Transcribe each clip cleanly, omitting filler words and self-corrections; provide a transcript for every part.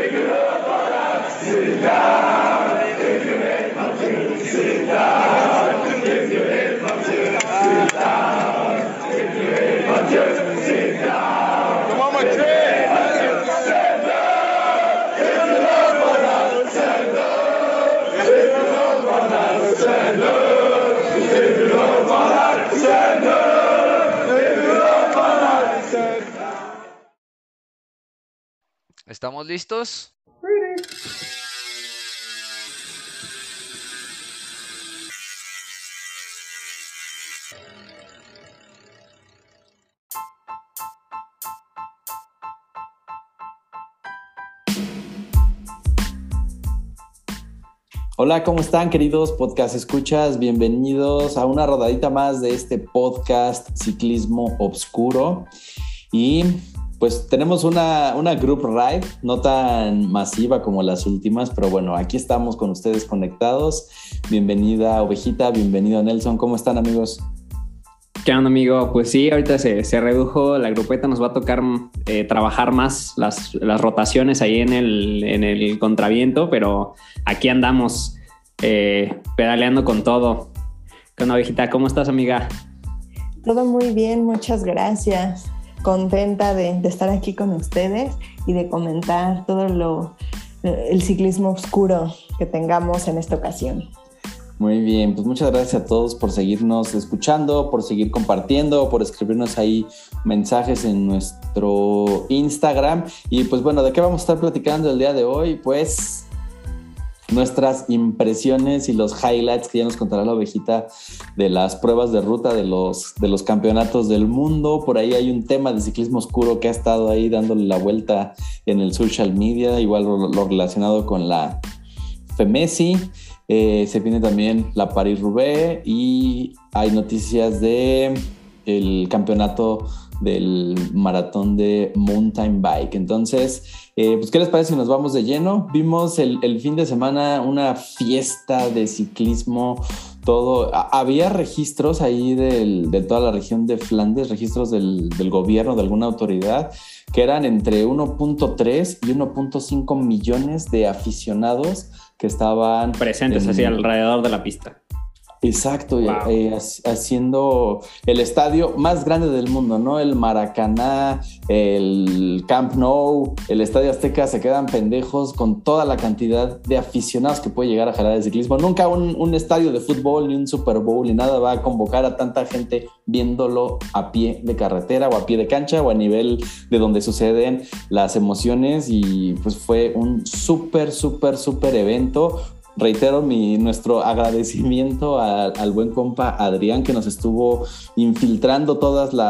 ¿Estamos listos? Hola, ¿cómo están, queridos podcast escuchas? Bienvenidos a una rodadita más de este podcast Ciclismo Obscuro. Y pues tenemos una group ride, no tan masiva como las últimas, pero bueno, aquí estamos con ustedes conectados. Bienvenida Ovejita, bienvenido Nelson. ¿Cómo están, amigos? ¿Qué onda, amigo? Pues sí, ahorita se redujo la grupeta, nos va a tocar trabajar más las rotaciones ahí en el contraviento, pero aquí andamos pedaleando con todo. ¿Qué onda, Ovejita? ¿Cómo estás, amiga? Todo muy bien, muchas gracias. Contenta de estar aquí con ustedes y de comentar todo el ciclismo oscuro que tengamos en esta ocasión. Muy bien, pues muchas gracias a todos por seguirnos escuchando, por seguir compartiendo, por escribirnos ahí mensajes en nuestro Instagram. Y pues bueno, ¿de qué vamos a estar platicando el día de hoy? Pues nuestras impresiones y los highlights que ya nos contará la Ovejita de las pruebas de ruta de los campeonatos del mundo. Por ahí hay un tema de ciclismo oscuro que ha estado ahí dándole la vuelta en el social media, igual lo relacionado con la FEMESI. Se viene también la París-Roubaix y hay noticias de el campeonato del maratón de mountain bike. Entonces, pues, ¿qué les parece si nos vamos de lleno? Vimos el fin de semana una fiesta de ciclismo, todo. Había registros ahí de toda la región de Flandes, registros del gobierno, de alguna autoridad, que eran entre 1.3 y 1.5 millones de aficionados que estaban presentes así alrededor de la pista. Exacto, wow. Haciendo el estadio más grande del mundo, ¿no? El Maracaná, el Camp Nou, el Estadio Azteca se quedan pendejos con toda la cantidad de aficionados que puede llegar a jalar el ciclismo. Nunca un estadio de fútbol, ni un Super Bowl, ni nada va a convocar a tanta gente viéndolo a pie de carretera o a pie de cancha o a nivel de donde suceden las emociones, y pues fue un súper evento. Reitero nuestro agradecimiento al buen compa Adrián, que nos estuvo infiltrando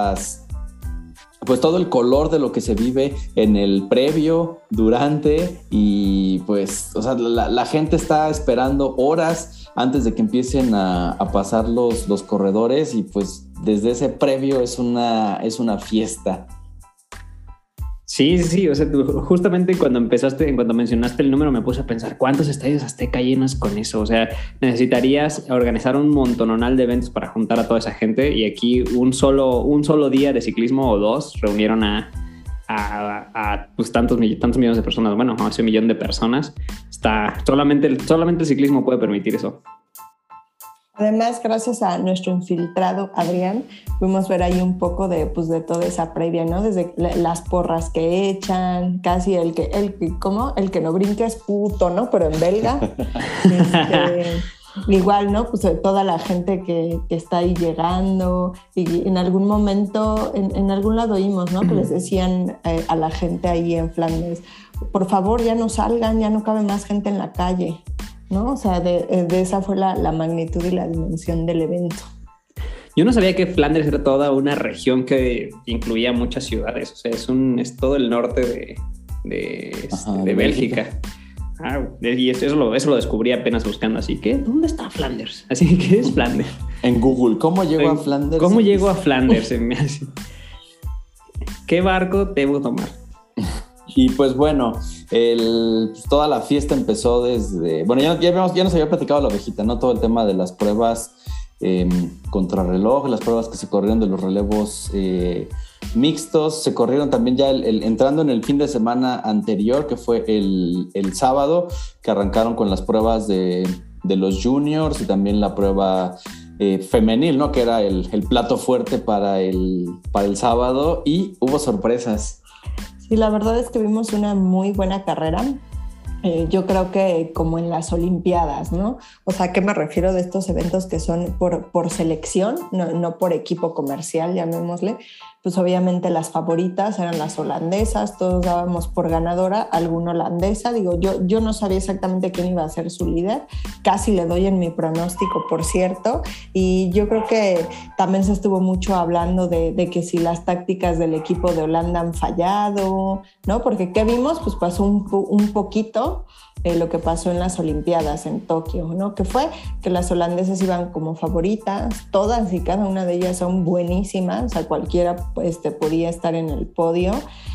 pues todo el color de lo que se vive en el previo, durante, y pues, o sea, la gente está esperando horas antes de que empiecen a pasar los corredores, y pues desde ese previo es una fiesta. Sí, o sea, justamente cuando mencionaste el número me puse a pensar ¿cuántos estadios Azteca llenas con eso? O sea, necesitarías organizar un montononal de eventos para juntar a toda esa gente, y aquí un solo día de ciclismo o dos reunieron a pues tantos millones de personas, bueno, a ese millón de personas. Solamente el ciclismo puede permitir eso. Además, gracias a nuestro infiltrado Adrián, pudimos ver ahí un poco de toda esa previa, ¿no? Desde las porras que echan, casi el que no brinca es puto, ¿no? Pero en belga. Igual, ¿no? Pues toda la gente que está ahí llegando, y en algún momento, en algún lado oímos, ¿no? Que les decían a la gente ahí en Flandes, por favor, ya no salgan, ya no cabe más gente en la calle, ¿no? O sea, de esa fue la magnitud y la dimensión del evento. Yo no sabía que Flandes era toda una región que incluía muchas ciudades. O sea, es todo el norte de Bélgica. Y eso lo descubrí apenas buscando. Así que, ¿dónde está Flanders? Así que, ¿qué es Flanders? En Google, ¿cómo llego a Flanders? ¿Cómo llego a Flanders? ¿Qué barco debo tomar? Y pues bueno, toda la fiesta empezó desde... Bueno, ya nos había platicado la Ovejita, ¿no? Todo el tema de las pruebas contrarreloj, las pruebas que se corrieron de los relevos mixtos. Se corrieron también ya entrando en el fin de semana anterior, que fue el sábado, que arrancaron con las pruebas de los juniors y también la prueba femenil, ¿no? Que era el plato fuerte para el sábado, y hubo sorpresas. Sí, la verdad es que vimos una muy buena carrera. Yo creo que como en las Olimpiadas, ¿no? O sea, ¿a qué me refiero de estos eventos que son por selección, no por equipo comercial, llamémosle? Pues obviamente las favoritas eran las holandesas, todos dábamos por ganadora alguna holandesa. Digo, yo no sabía exactamente quién iba a ser su líder, casi le doy en mi pronóstico, por cierto, y yo creo que también se estuvo mucho hablando de que si las tácticas del equipo de Holanda han fallado, ¿no? Porque ¿qué vimos? Pues pasó un poquito lo que pasó en las Olimpiadas en Tokio, ¿no? Que fue que las holandesas iban como favoritas, todas y cada una de ellas son buenísimas, o sea, cualquiera podía estar en el podio.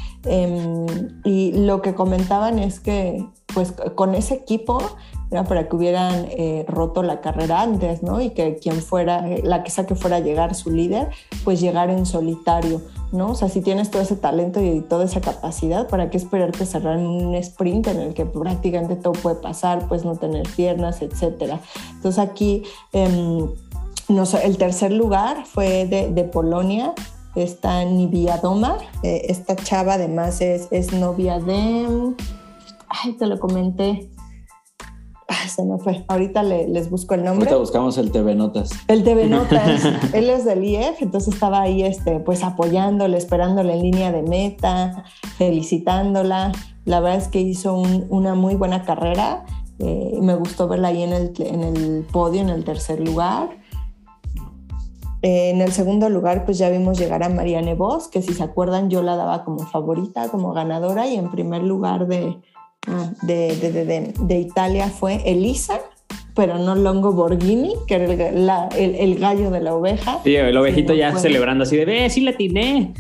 Y lo que comentaban es que pues con ese equipo era para que hubieran roto la carrera antes, ¿no? Y que quien fuera, la que sea que fuera a llegar su líder, pues llegar en solitario, ¿no? O sea, si tienes todo ese talento y toda esa capacidad, ¿para qué esperarte cerrar en un sprint en el que prácticamente todo puede pasar, pues no tener piernas, etcétera? Entonces aquí el tercer lugar fue de Polonia, está Niewiadoma. Esta chava además es novia de... Ay, te lo comenté. Se me fue. Ahorita les busco el nombre. Ahorita buscamos el TV Notas. El TV Notas. Él es del IEF, entonces estaba ahí pues apoyándole, esperándole en línea de meta, felicitándola. La verdad es que hizo una muy buena carrera. Me gustó verla ahí en el podio, en el tercer lugar. En el segundo lugar, pues ya vimos llegar a Marianne Vos, que si se acuerdan yo la daba como favorita, como ganadora, y en primer lugar de Italia fue Elisa, pero no Longo Borghini, que era el gallo de la oveja. Sí, el ovejito ya celebrando así de, sí la atiné.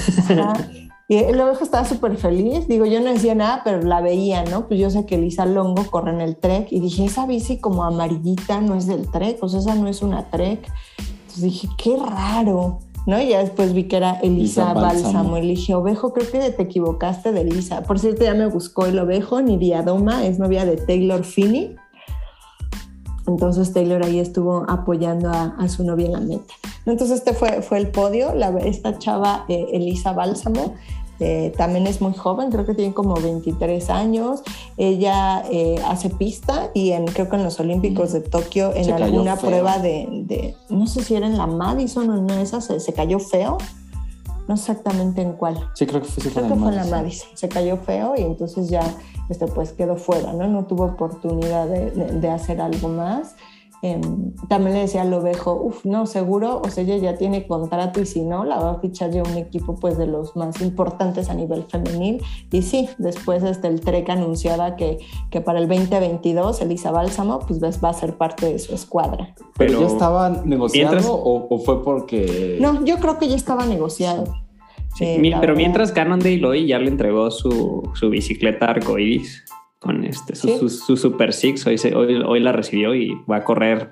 Y el ovejo estaba súper feliz. Digo, yo no decía nada, pero la veía, ¿no? Pues yo sé que Elisa Longo corre en el Trek y dije, esa bici como amarillita no es del Trek, o sea, esa no es una Trek. Entonces dije, qué raro, ¿no? Y ya después vi que era Elisa Bálsamo. Y dije, ovejo, creo que te equivocaste de Elisa. Por cierto, ya me buscó el ovejo. Niewiadoma es novia de Taylor Phinney. Entonces Taylor ahí estuvo apoyando a su novia en la meta. Entonces fue el podio. Esta chava, Elisa Bálsamo, también es muy joven, creo que tiene como 23 años. Ella hace pista y creo que en los Olímpicos de Tokio, en alguna prueba no sé si era en la Madison o en una de esas, se cayó feo. No exactamente en cuál. Sí, creo que fue en la Madison. Se cayó feo y entonces ya pues quedó fuera, ¿no? No tuvo oportunidad de hacer algo más. También le decía al ovejo, no, seguro, o sea, ella ya tiene contrato y si no, la va a fichar ya un equipo pues de los más importantes a nivel femenil. Y sí, después el Trek anunciaba que para el 2022 Elisa Bálsamo pues va a ser parte de su escuadra. ¿Pero ya estaba negociado o fue porque...? No, yo creo que ya estaba negociado. Sí, pero mientras Cannondale hoy ya le entregó su bicicleta arcoiris con su Super Six, hoy la recibió y va a correr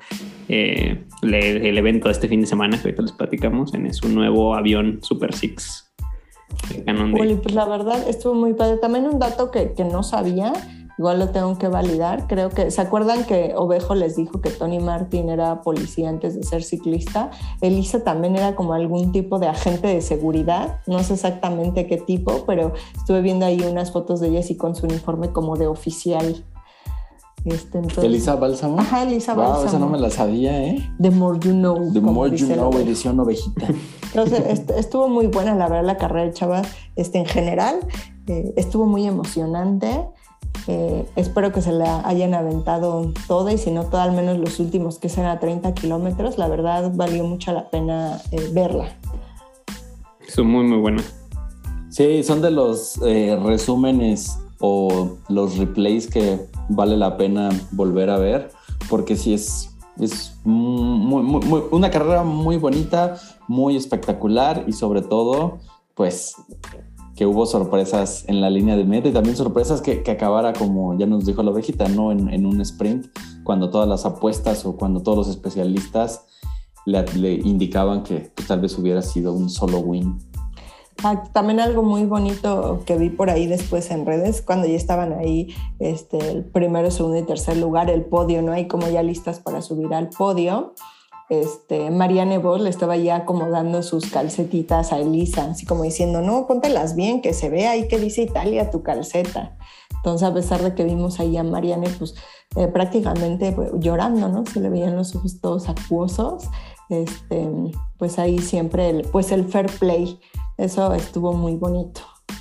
el evento de este fin de semana que ahorita les platicamos en su nuevo avión Super Six de Cannondale. Bueno, pues la verdad estuvo muy padre. También un dato que no sabía, igual lo tengo que validar. Creo que, ¿se acuerdan que Ovejo les dijo que Tony Martin era policía antes de ser ciclista? Elisa también era como algún tipo de agente de seguridad, no sé exactamente qué tipo, pero estuve viendo ahí unas fotos de ella así con su uniforme como de oficial. Entonces, ¿Elisa Bálsamo? Ajá, Elisa Bálsamo. Esa no me la sabía, The more you know. The more you know, edición ovejita. Entonces, estuvo muy buena, la verdad, la carrera de Chava en general. Estuvo muy emocionante. Espero que se la hayan aventado toda y si no toda, al menos los últimos que serán a 30 kilómetros. La verdad valió mucho la pena verla. Son muy muy buena. Sí, son de los resúmenes o los replays que vale la pena volver a ver, porque sí es una carrera muy bonita, muy espectacular y sobre todo pues que hubo sorpresas en la línea de meta y también sorpresas que acabara, como ya nos dijo la ovejita, ¿no? En un sprint, cuando todas las apuestas o cuando todos los especialistas le indicaban que pues, tal vez hubiera sido un solo win. También algo muy bonito que vi por ahí después en redes, cuando ya estaban ahí el primero, segundo y tercer lugar, el podio, ¿no? Ahí como ya listas para subir al podio. Marianne Vos le estaba ya acomodando sus calcetitas a Elisa, así como diciendo, no, póntelas bien, que se vea ahí que dice Italia tu calceta. Entonces, a pesar de que vimos ahí a Marianne, pues prácticamente pues, llorando, ¿no? Se le veían los ojos todos acuosos. Pues ahí siempre el fair play, eso estuvo muy bonito.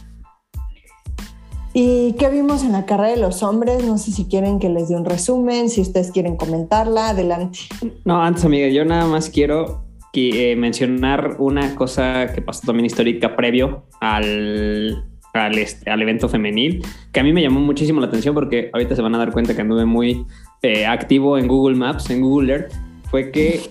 ¿Y qué vimos en la carrera de los hombres? No sé si quieren que les dé un resumen, si ustedes quieren comentarla, adelante. No, antes, amiga, yo nada más quiero mencionar una cosa que pasó también histórica previo al evento femenil, que a mí me llamó muchísimo la atención porque ahorita se van a dar cuenta que anduve muy activo en Google Maps, en Google Earth. Fue que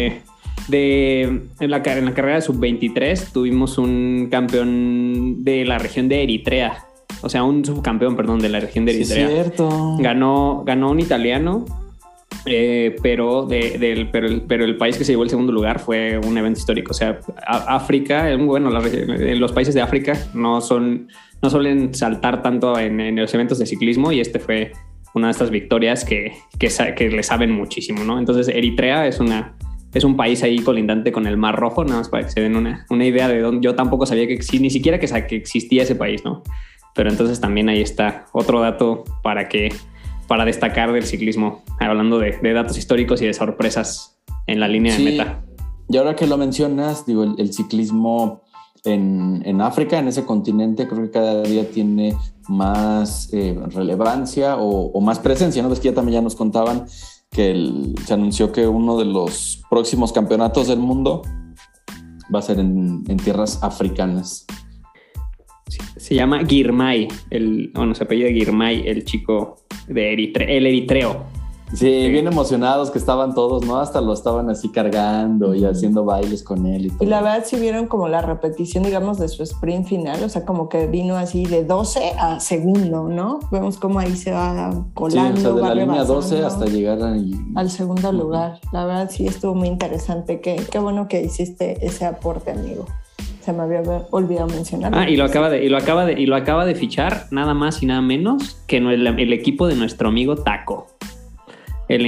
en la carrera de sub-23 tuvimos un campeón de la región de Eritrea. O sea, un subcampeón, perdón, de la región de Eritrea. Sí, cierto. Ganó un italiano, pero el país que se llevó el segundo lugar fue un evento histórico. O sea, África, bueno, los países de África no suelen saltar tanto en los eventos de ciclismo, y fue una de estas victorias que le saben muchísimo, ¿no? Entonces, Eritrea es un país ahí colindante con el Mar Rojo, nada más para que se den una idea de dónde. Yo tampoco sabía ni siquiera que existía ese país, ¿no? Pero entonces también ahí está otro dato para destacar del ciclismo, hablando de datos históricos y de sorpresas en la línea de meta. Y ahora que lo mencionas, digo, el ciclismo en África, en ese continente, creo que cada día tiene más relevancia o más presencia, ¿no? Ves que ya nos contaban que se anunció que uno de los próximos campeonatos del mundo va a ser en tierras africanas. Se llama Girmay, se apellida Girmay, el chico de el eritreo. Sí, bien emocionados que estaban todos, ¿no? Hasta lo estaban así cargando y haciendo bailes con él y todo. Y la verdad sí vieron como la repetición, digamos, de su sprint final, o sea, como que vino así de 12 a segundo, ¿no? Vemos cómo ahí se va colando. Sí, o sea, de la línea 12 hasta llegar al segundo lugar. La verdad sí estuvo muy interesante. Qué bueno que hiciste ese aporte, amigo. Se me había olvidado mencionar. Y lo acaba de fichar nada más y nada menos que el equipo de nuestro amigo Taco. El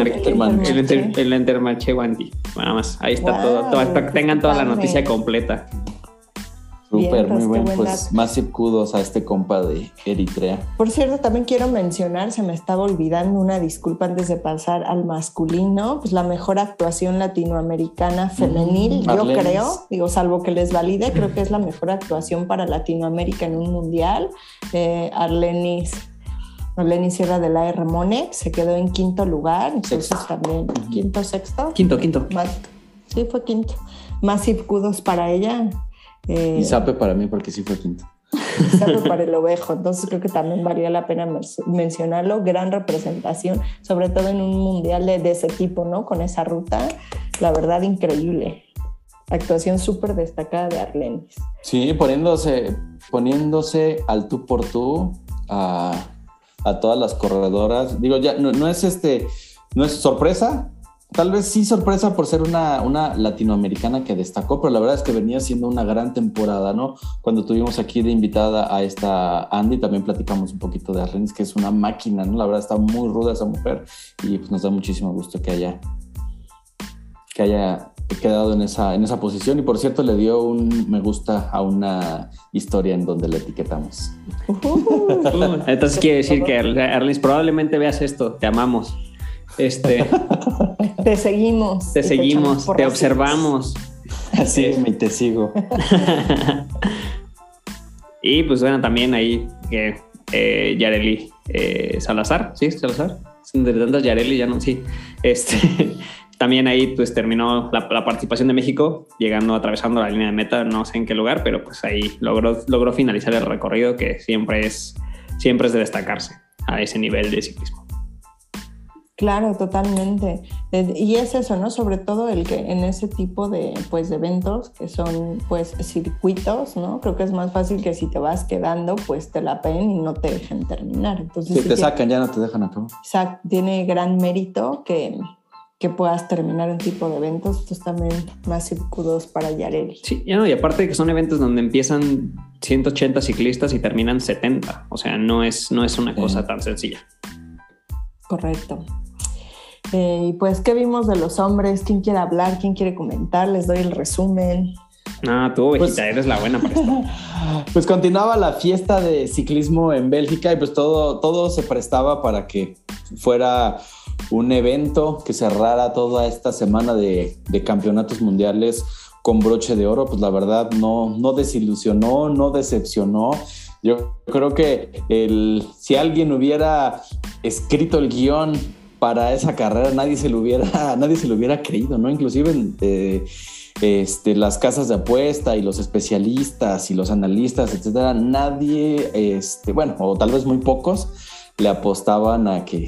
Intermarché Wanty. Nada más, ahí está todo, tengan toda la noticia completa. Súper, muy bueno. Pues más kudos a este compa de Eritrea. Por cierto, también quiero mencionar, se me estaba olvidando, una disculpa antes de pasar al masculino, pues la mejor actuación latinoamericana femenil, yo creo, digo, salvo que les valide, creo que es la mejor actuación para Latinoamérica en un mundial. Arlenis Sierra de la R. Monex se quedó en quinto lugar, entonces también quinto, sexto. Quinto. Sí, fue quinto. Más kudos para ella. Y Zape para mí porque sí fue quinto. Zape para el ovejo, entonces creo que también valía la pena mencionarlo. Gran representación, sobre todo en un mundial de ese tipo, ¿no? Con esa ruta, la verdad increíble. Actuación súper destacada de Arlenis. Sí, poniéndose al tú por tú a todas las corredoras. Digo, ya no es sorpresa. Tal vez sí sorpresa por ser una latinoamericana que destacó, pero la verdad es que venía siendo una gran temporada, ¿no? Cuando tuvimos aquí de invitada a esta Andy, también platicamos un poquito de Arlenis, que es una máquina, ¿no? La verdad está muy ruda esa mujer y pues nos da muchísimo gusto que haya quedado en esa posición. Y por cierto, le dio un me gusta a una historia en donde le etiquetamos. Entonces quiere decir que Arlenis, probablemente veas esto, te amamos. Te seguimos, te observamos. Sígueme y te sigo. Y pues bueno, también ahí Yareli Salazar, ¿sí? Salazar, de tantas Yareli ya no, sí. También ahí pues terminó la participación de México, atravesando la línea de meta, no sé en qué lugar, pero pues ahí logró finalizar el recorrido, que siempre es de destacarse a ese nivel de ciclismo. Claro, totalmente. Y es eso, ¿no? Sobre todo el que en ese tipo de eventos que son circuitos, ¿no? Creo que es más fácil que si te vas quedando, pues te la peguen y no te dejen terminar. Entonces, si te sacan, ya no te dejan acabar. Exacto, tiene gran mérito que que puedas terminar un tipo de eventos. Entonces también más kudos para Yareli. Sí, y aparte que son eventos donde empiezan 180 ciclistas y terminan 70. O sea, no es una cosa tan sencilla. Correcto. Y pues, ¿qué vimos de los hombres? ¿Quién quiere hablar? ¿Quién quiere comentar? Les doy el resumen. Tú, Ovejita, eres la buena para esto. Pues continuaba la fiesta de ciclismo en Bélgica y pues todo se prestaba para que fuera un evento que cerrara toda esta semana de campeonatos mundiales con broche de oro. Pues la verdad no desilusionó, no decepcionó. Yo creo que si alguien hubiera escrito el guión para esa carrera, nadie se lo hubiera creído, ¿no? Inclusive las casas de apuesta y los especialistas y los analistas, etcétera, nadie, o tal vez muy pocos, le apostaban a que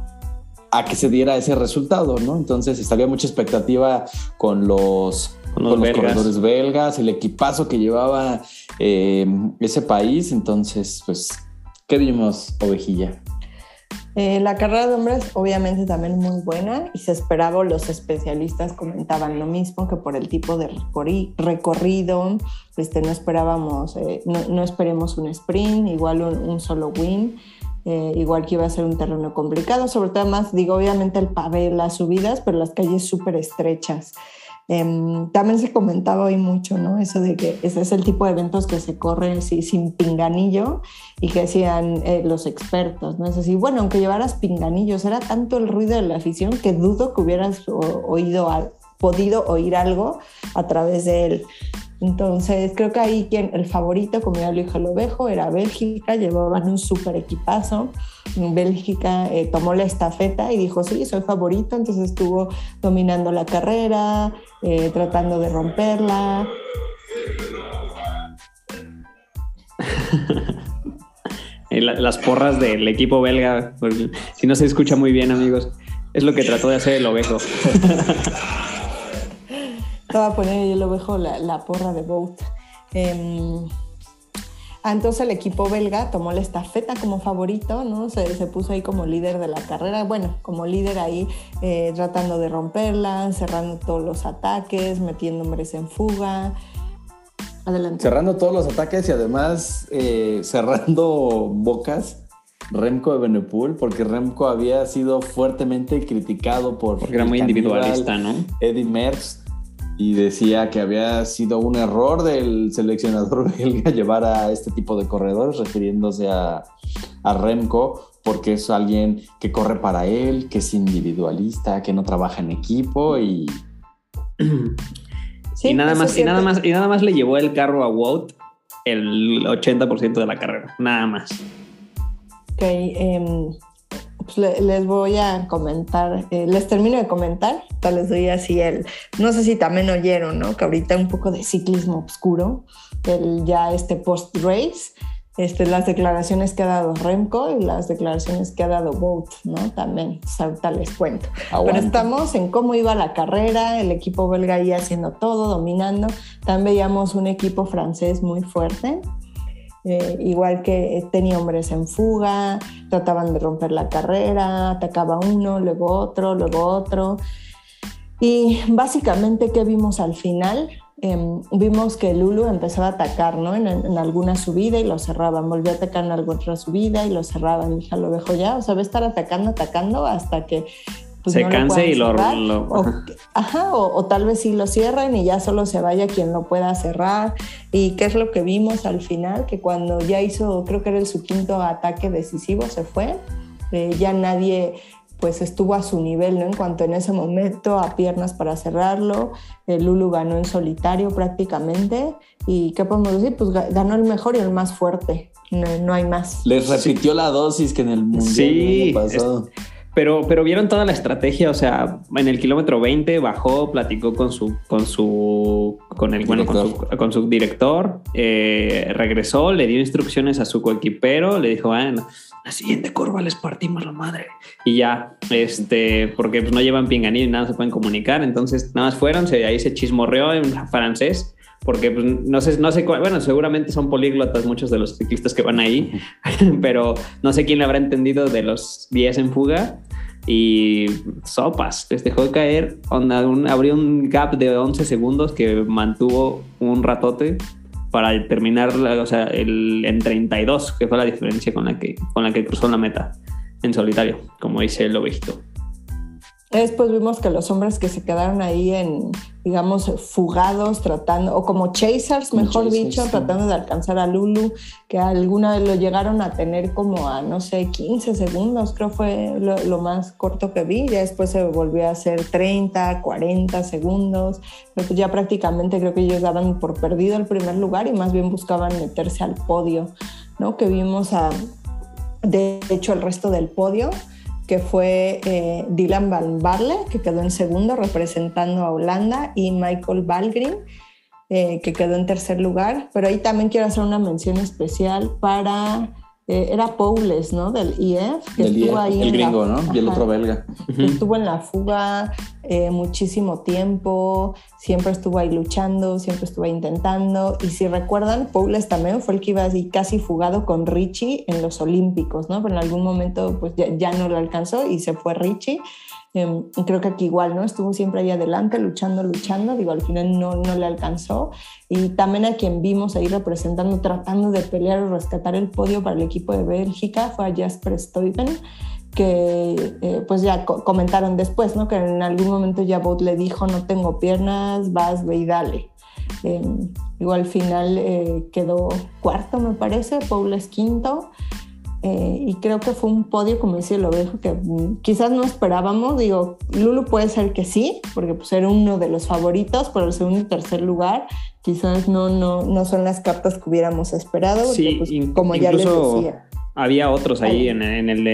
se diera ese resultado, ¿no? Entonces había mucha expectativa con los corredores belgas, el equipazo que llevaba ese país. Entonces, pues, ¿qué vimos, Ovejilla? La carrera de hombres obviamente también muy buena y se esperaba, los especialistas comentaban lo mismo, que por el tipo de recorrido no esperábamos, no esperemos un sprint, igual un solo win, igual que iba a ser un terreno complicado, sobre todo más, obviamente el pavé, las subidas, pero las calles súper estrechas. También se comentaba hoy mucho, ¿no? Eso de que ese es el tipo de eventos que se corre sin pinganillo, y que decían los expertos, ¿no? Es así, bueno, aunque llevaras pinganillos, era tanto el ruido de la afición que dudo que hubieras podido oír algo a través de él. Entonces creo que ahí el favorito, como ya lo dijo el Ovejo, era Bélgica. Llevaban un súper equipazo. Bélgica tomó la estafeta y dijo, sí, soy favorito. Entonces estuvo dominando la carrera, tratando de romperla. Las porras del equipo belga, si no se escucha muy bien, amigos, es lo que trató de hacer el Ovejo. Te voy a poner, yo lo Ovejo, la porra de Bout. Entonces el equipo belga tomó la estafeta como favorito, ¿no? Se puso ahí como líder de la carrera, como líder ahí, tratando de romperla, cerrando todos los ataques, metiendo hombres en fuga. Adelante. Cerrando todos los ataques y además cerrando bocas. Remco Evenepoel, porque Remco había sido fuertemente criticado porque era muy individualista, ¿no? Eddy Merckx, y decía que había sido un error del seleccionador belga llevar a este tipo de corredores, refiriéndose a Remco, porque es alguien que corre para él, que es individualista, que no trabaja en equipo y... Sí, y nada más le llevó el carro a Wout el 80% de la carrera, nada más. Ok, pues les voy a comentar, les termino de comentar, les doy así no sé si también oyeron, ¿no? Que ahorita un poco de ciclismo oscuro, post-race, las declaraciones que ha dado Remco y las declaraciones que ha dado Wout, ¿no? También, ahorita les cuento. Pero estamos en cómo iba la carrera, el equipo belga ahí haciendo todo, dominando. También veíamos un equipo francés muy fuerte, igual que tenía hombres en fuga, trataban de romper la carrera, atacaba uno, luego otro. Y básicamente, ¿qué vimos al final? Vimos que Lulu empezaba a atacar, ¿no? En alguna subida y lo cerraban, volvió a atacar en alguna otra subida y lo cerraban. Ya lo dejo ya, o sea, va a estar atacando hasta que pues, se canse y lo o tal vez sí lo cierren y ya solo se vaya quien lo pueda cerrar. ¿Y qué es lo que vimos al final? Que cuando ya hizo, creo que era su quinto ataque decisivo, se fue, ya nadie pues estuvo a su nivel, ¿no? En cuanto en ese momento a piernas para cerrarlo, Lulu ganó en solitario prácticamente. ¿Y qué podemos decir? Pues ganó el mejor y el más fuerte, no hay más. Les repitió la dosis que en el mundial pasado. Pero vieron toda la estrategia, o sea, en el kilómetro 20 bajó, platicó con su director, regresó, le dio instrucciones a su coequipero, le dijo, bueno, la siguiente curva les partimos la madre. Y ya, porque pues no llevan pinganillo y nada, se pueden comunicar, entonces nada más fueron, ahí se chismorreó en francés, porque pues, no sé cuál, bueno, seguramente son políglotas muchos de los ciclistas que van ahí, pero no sé quién le habrá entendido de los 10 en fuga, y sopas, les dejó caer, abrió un gap de 11 segundos que mantuvo un ratote para terminar, o sea, en 32, que fue la diferencia con la que cruzó la meta en solitario, como dice el ovejito. Después vimos que los hombres que se quedaron ahí digamos, fugados, tratando, o como chasers, mejor dicho, tratando de alcanzar a Lulu, que alguna vez lo llegaron a tener como a, no sé, 15 segundos, creo fue lo más corto que vi. Ya después se volvió a hacer 30, 40 segundos, pero pues ya prácticamente creo que ellos daban por perdido el primer lugar y más bien buscaban meterse al podio, ¿no? Que vimos de hecho, el resto del podio, que fue Dylan Van Baarle, que quedó en segundo representando a Holanda, y Michael Valgren, que quedó en tercer lugar. Pero ahí también quiero hacer una mención especial para... era Powless, ¿no? Del IF. Que estuvo ahí el gringo, ¿no? Y el otro belga. Que estuvo en la fuga muchísimo tiempo, siempre estuvo ahí luchando, siempre estuvo ahí intentando. Y si recuerdan, Powless también fue el que iba así casi fugado con Richie en los Olímpicos, ¿no? Pero en algún momento pues ya no lo alcanzó y se fue Richie. Y creo que aquí igual, ¿no? Estuvo siempre ahí adelante, luchando. Digo, al final no le alcanzó. Y también a quien vimos ahí representando, tratando de pelear o rescatar el podio para el equipo de Bélgica fue a Jasper Stuyven, que pues ya comentaron después, ¿no? Que en algún momento ya Wout le dijo, no tengo piernas, vas, ve y dale. Igual al final quedó cuarto, me parece, Powless quinto. Y creo que fue un podio, como decía el ovejo, que quizás no esperábamos. Digo, Lulu puede ser que sí, porque pues era uno de los favoritos, pero el segundo y tercer lugar quizás no son las cartas que hubiéramos esperado. Sí, porque, pues, como ya les decía, había otros ahí en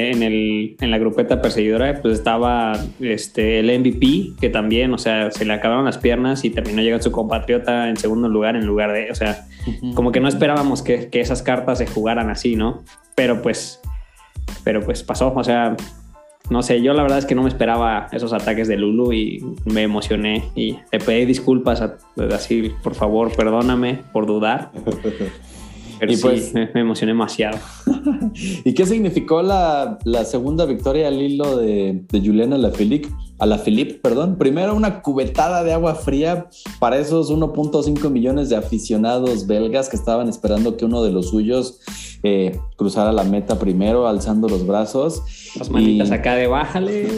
la grupeta perseguidora. Pues estaba el MVP, que también, o sea, se le acabaron las piernas y terminó llegando su compatriota en segundo lugar en lugar de, o sea, como que no esperábamos que esas cartas se jugaran así, ¿no? Pero pues pasó, o sea, no sé, yo la verdad es que no me esperaba esos ataques de Lulu y me emocioné y le pedí disculpas así, por favor, perdóname por dudar. Pero y sí, pues, me emocioné demasiado. ¿Y qué significó la segunda victoria al hilo de Julian Alaphilippe? Primero, una cubetada de agua fría para esos 1.5 millones de aficionados belgas que estaban esperando que uno de los suyos cruzara la meta primero, alzando los brazos. Las manitas acá de bájale.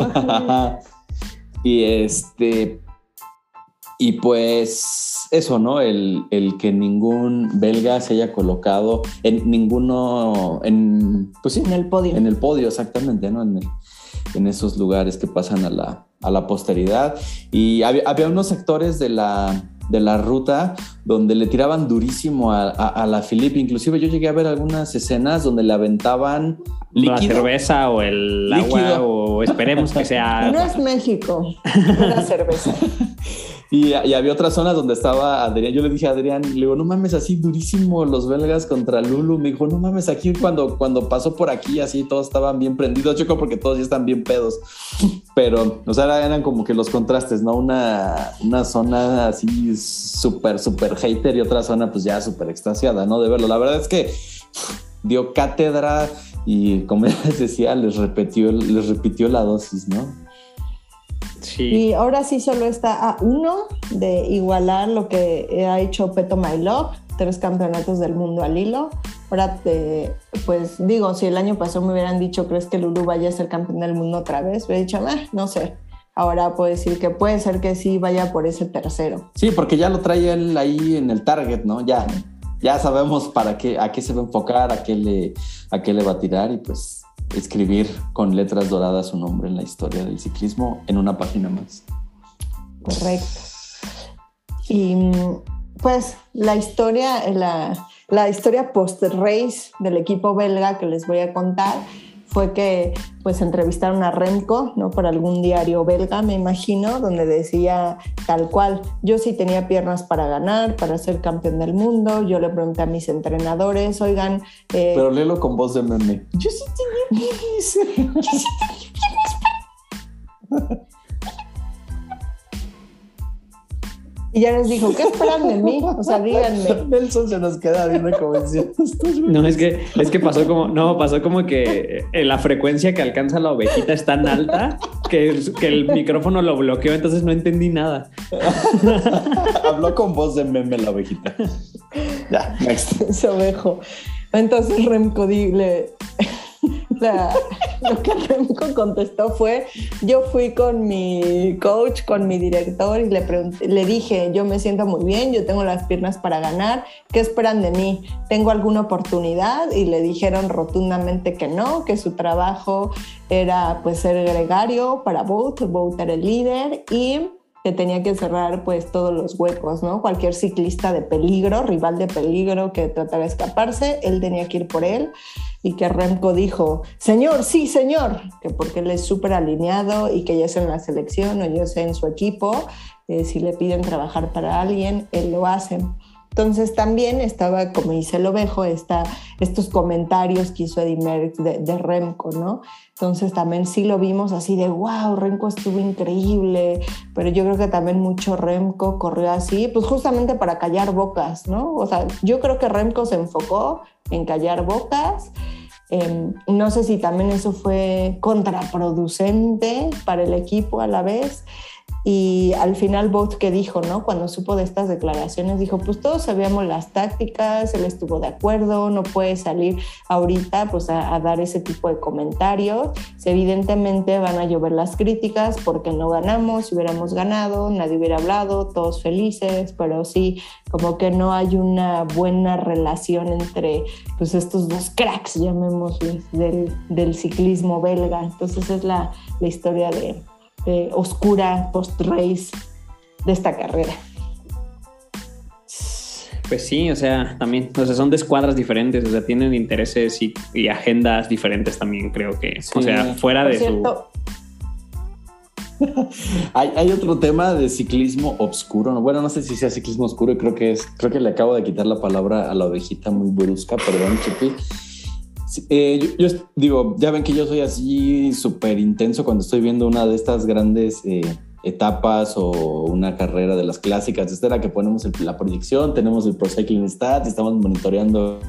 Y pues eso, ¿no? El que ningún belga se haya colocado en el podio. En el podio, exactamente, ¿no? En esos lugares que pasan a la posteridad. Y había unos sectores de la ruta donde le tiraban durísimo a Alaphilippe. Inclusive yo llegué a ver algunas escenas donde le aventaban líquido. La cerveza o el líquido. Agua, o esperemos que sea... No es México, era cerveza. Y había otras zonas donde estaba Adrián. Yo le dije a Adrián, le digo, no mames, así durísimo los belgas contra Lulu. Me dijo, no mames, aquí cuando pasó por aquí, así todos estaban bien prendidos. Yo creo porque todos ya están bien pedos. Pero, o sea, eran como que los contrastes, ¿no? Una zona así súper hater y otra zona pues ya súper extasiada, ¿no? De verlo. La verdad es que dio cátedra y, como les decía, les repitió la dosis, ¿no? Sí. Y ahora sí solo está a uno de igualar lo que ha hecho Peto Mailov, 3 campeonatos del mundo al hilo. Ahora, pues digo, si el año pasado me hubieran dicho, ¿crees que Lulu vaya a ser campeón del mundo otra vez? Me he dicho, no sé. Ahora puedo decir que puede ser que sí vaya por ese tercero. Sí, porque ya lo trae él ahí en el target, ¿no? Ya sabemos a qué se va a enfocar, a qué le va a tirar y pues escribir con letras doradas su nombre en la historia del ciclismo en una página más. Correcto. Y pues la historia post-race del equipo belga que les voy a contar fue que pues entrevistaron a Remco, ¿no? Por algún diario belga, me imagino, donde decía tal cual, yo sí tenía piernas para ganar, para ser campeón del mundo. Yo le pregunté a mis entrenadores, oigan... Pero léelo con voz de meme. Yo sí tenía piernas. Y ya les dijo, ¿qué esperan de mí? O sea, díganme. Nelson se nos queda viendo como diciendo, no, es que pasó como que la frecuencia que alcanza la ovejita es tan alta que el micrófono lo bloqueó, entonces no entendí nada. Habló con voz de meme la ovejita. Ya, next. Ese ovejo. Entonces Remco lo que Remco contestó fue, yo fui con mi coach, con mi director y le dije, yo me siento muy bien, yo tengo las piernas para ganar, ¿qué esperan de mí? ¿Tengo alguna oportunidad? Y le dijeron rotundamente que no, que su trabajo era pues ser gregario para Bout era el líder y que tenía que cerrar pues todos los huecos, ¿no? Cualquier ciclista de peligro, rival de peligro que tratara de escaparse, él tenía que ir por él y que Remco dijo, señor, sí, señor, que porque él es súper alineado y que ya sea en la selección o ya sea en su equipo, si le piden trabajar para alguien, él lo hace. Entonces también estaba, como dice el ovejo, estos comentarios que hizo Eddy Merckx de Remco, ¿no? Entonces también sí lo vimos así de wow, Remco estuvo increíble, pero yo creo que también mucho Remco corrió así, pues justamente para callar bocas, ¿no? O sea, yo creo que Remco se enfocó en callar bocas. No sé si también eso fue contraproducente para el equipo a la vez. Y al final Bout, ¿qué dijo, no? Cuando supo de estas declaraciones, dijo, pues todos sabíamos las tácticas, él estuvo de acuerdo, no puede salir ahorita pues a dar ese tipo de comentarios. Evidentemente van a llover las críticas porque no ganamos, si hubiéramos ganado, nadie hubiera hablado, todos felices, pero sí, como que no hay una buena relación entre pues estos dos cracks, llamémosles, del ciclismo belga. Entonces es la historia de oscura post-race de esta carrera. Pues sí, o sea, también, o sea, son de escuadras diferentes, o sea, tienen intereses y agendas diferentes también, creo que, sí. O sea, fuera de su... Hay otro tema de ciclismo obscuro, bueno, no sé si sea ciclismo oscuro, creo que le acabo de quitar la palabra a la ovejita muy brusca, perdón, Chipi. Yo digo, ya ven que yo soy así súper intenso cuando estoy viendo una de estas grandes etapas o una carrera de las clásicas. Esta era que ponemos la proyección, tenemos el Pro Cycling Stats, estamos monitoreando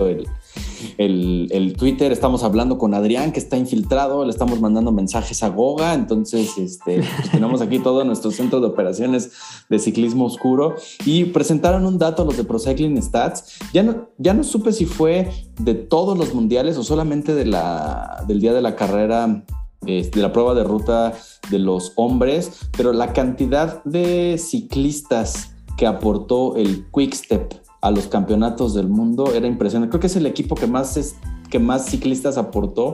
el Twitter, estamos hablando con Adrián que está infiltrado, le estamos mandando mensajes a Goga, entonces pues tenemos aquí todo nuestro centro de operaciones de ciclismo oscuro y presentaron un dato los de Pro Cycling Stats. Ya no supe si fue de todos los mundiales o solamente del día de la carrera, de la prueba de ruta de los hombres, pero la cantidad de ciclistas que aportó el Quickstep a los campeonatos del mundo era impresionante. Creo que es el equipo que más ciclistas aportó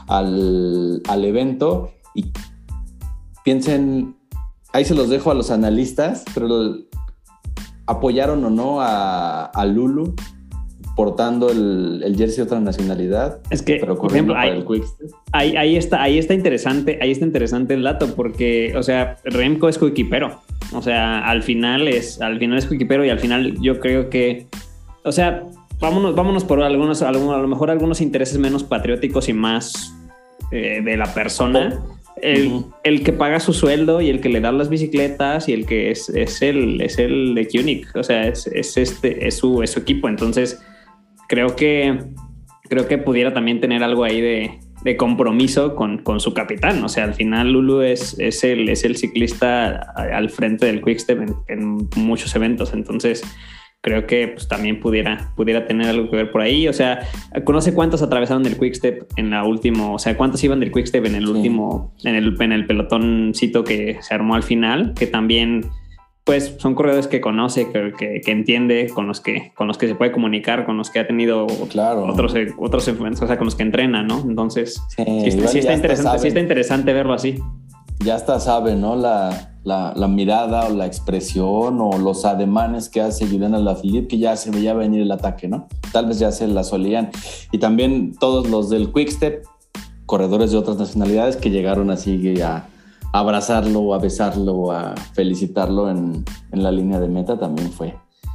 al evento y piensen, ahí se los dejo a los analistas, pero apoyaron o no a Lulu portando el jersey de otra nacionalidad. Es que, pero por ejemplo, para el Quickstep. Ahí está interesante el dato, porque, o sea, Remco es coequipero. O sea, al final es coequipero y al final yo creo que, o sea, vámonos por a lo mejor algunos intereses menos patrióticos y más de la persona. El que paga su sueldo y el que le da las bicicletas y el que es el de Koenig, o sea, es su equipo. Entonces creo que pudiera también tener algo ahí de compromiso con su capitán. O sea, al final Lulu es el ciclista al frente del Quickstep en muchos eventos. Entonces creo que pues, también pudiera tener algo que ver por ahí. O sea, no sé cuántos atravesaron el Quickstep en la última, o sea, cuántos iban del Quickstep en el último, en el pelotoncito que se armó al final, que también pues son corredores que conoce, que entiende, con los que se puede comunicar, con los que ha tenido otros eventos, o sea, con los que entrena, ¿no? Entonces, sí está interesante verlo así. Ya hasta sabe, ¿no? La mirada o la expresión o los ademanes que hace Julian Alaphilippe, que ya se veía venir el ataque, ¿no? Tal vez ya se la solían. Y también todos los del Quickstep, corredores de otras nacionalidades que llegaron así a abrazarlo, a besarlo, a felicitarlo en la línea de meta también fue.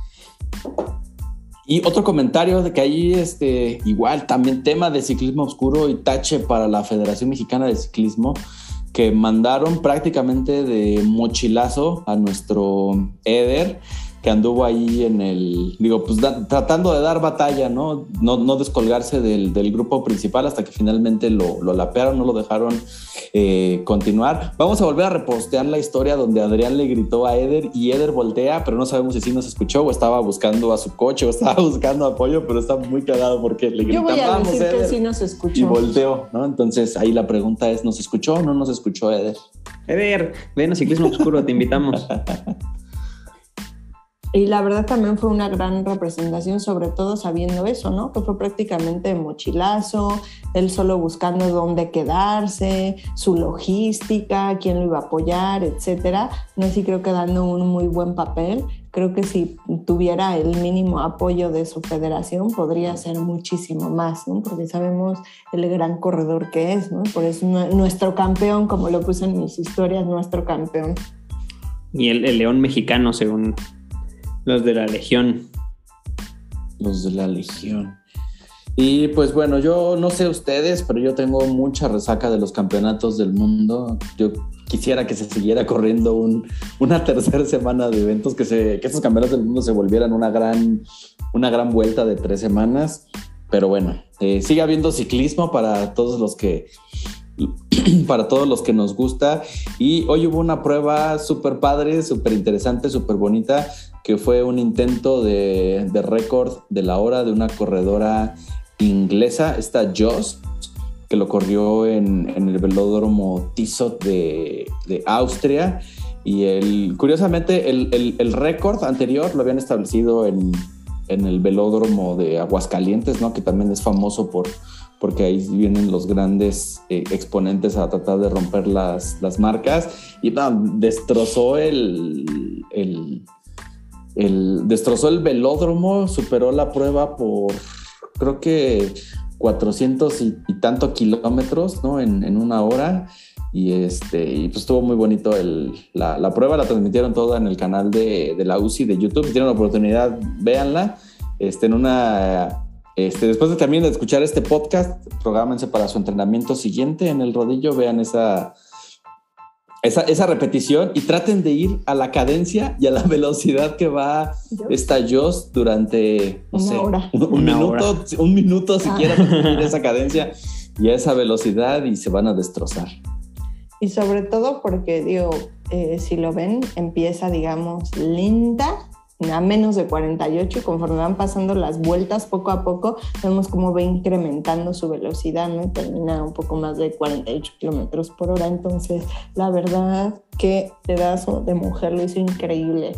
Y otro comentario de que ahí igual también tema de ciclismo oscuro y tache para la Federación Mexicana de Ciclismo. que mandaron prácticamente de mochilazo a nuestro Eder, que anduvo ahí en el, tratando de dar batalla, ¿no? No descolgarse del grupo principal hasta que finalmente lo lapearon, no lo dejaron continuar. Vamos a volver a repostear la historia donde Adrián le gritó a Eder y Eder voltea, pero no sabemos si sí nos escuchó o estaba buscando a su coche o estaba buscando apoyo, pero está muy cagado porque le gritamos. Yo voy a decir Eder, que sí nos escuchó. Y volteó, ¿no? Entonces ahí la pregunta es, ¿nos escuchó o no nos escuchó Eder? Eder, ven a Ciclismo Oscuro, te invitamos. Y la verdad también fue una gran representación, sobre todo sabiendo eso, ¿no? Que fue prácticamente mochilazo, él solo buscando dónde quedarse, su logística, quién lo iba a apoyar, etcétera. No sé si creo que dando un muy buen papel. Creo que si tuviera el mínimo apoyo de su federación podría ser muchísimo más, ¿no? Porque sabemos el gran corredor que es, ¿no? Por eso nuestro campeón, como lo puse en mis historias, nuestro campeón. Y el león mexicano, según los de la Legión. Los de la Legión. Y pues bueno, yo no sé ustedes, pero yo tengo mucha resaca de los campeonatos del mundo. Yo quisiera que se siguiera corriendo una tercera semana de eventos, que estos campeonatos del mundo se volvieran una gran vuelta de 3 semanas. Pero bueno, sigue habiendo ciclismo para todos los que nos gusta. Y hoy hubo una prueba súper padre, súper interesante, súper bonita, que fue un intento de récord de la hora de una corredora inglesa, esta Joss, que lo corrió en el velódromo Tissot de Austria. Y curiosamente el récord anterior lo habían establecido en el velódromo de Aguascalientes, ¿no? Que también es famoso porque ahí vienen los grandes exponentes a tratar de romper las marcas. Y destrozó destrozó el velódromo, superó la prueba por creo que 400 y tanto kilómetros, ¿no? en una hora. Y pues estuvo muy bonito la prueba. La transmitieron toda en el canal de la UCI de YouTube. Si tienen la oportunidad, véanla. Después de también de escuchar este podcast, prográmense para su entrenamiento siguiente en el rodillo. Vean esa repetición y traten de ir a la cadencia y a la velocidad que va esta Joss durante, no sé, un minuto siquiera para seguir esa cadencia y a esa velocidad, y se van a destrozar. Y sobre todo porque, si lo ven, empieza, digamos, lenta, a menos de 48, y conforme van pasando las vueltas poco a poco, vemos cómo va incrementando su velocidad, ¿no? Termina un poco más de 48 kilómetros por hora. Entonces, la verdad, qué pedazo de mujer, lo hizo increíble.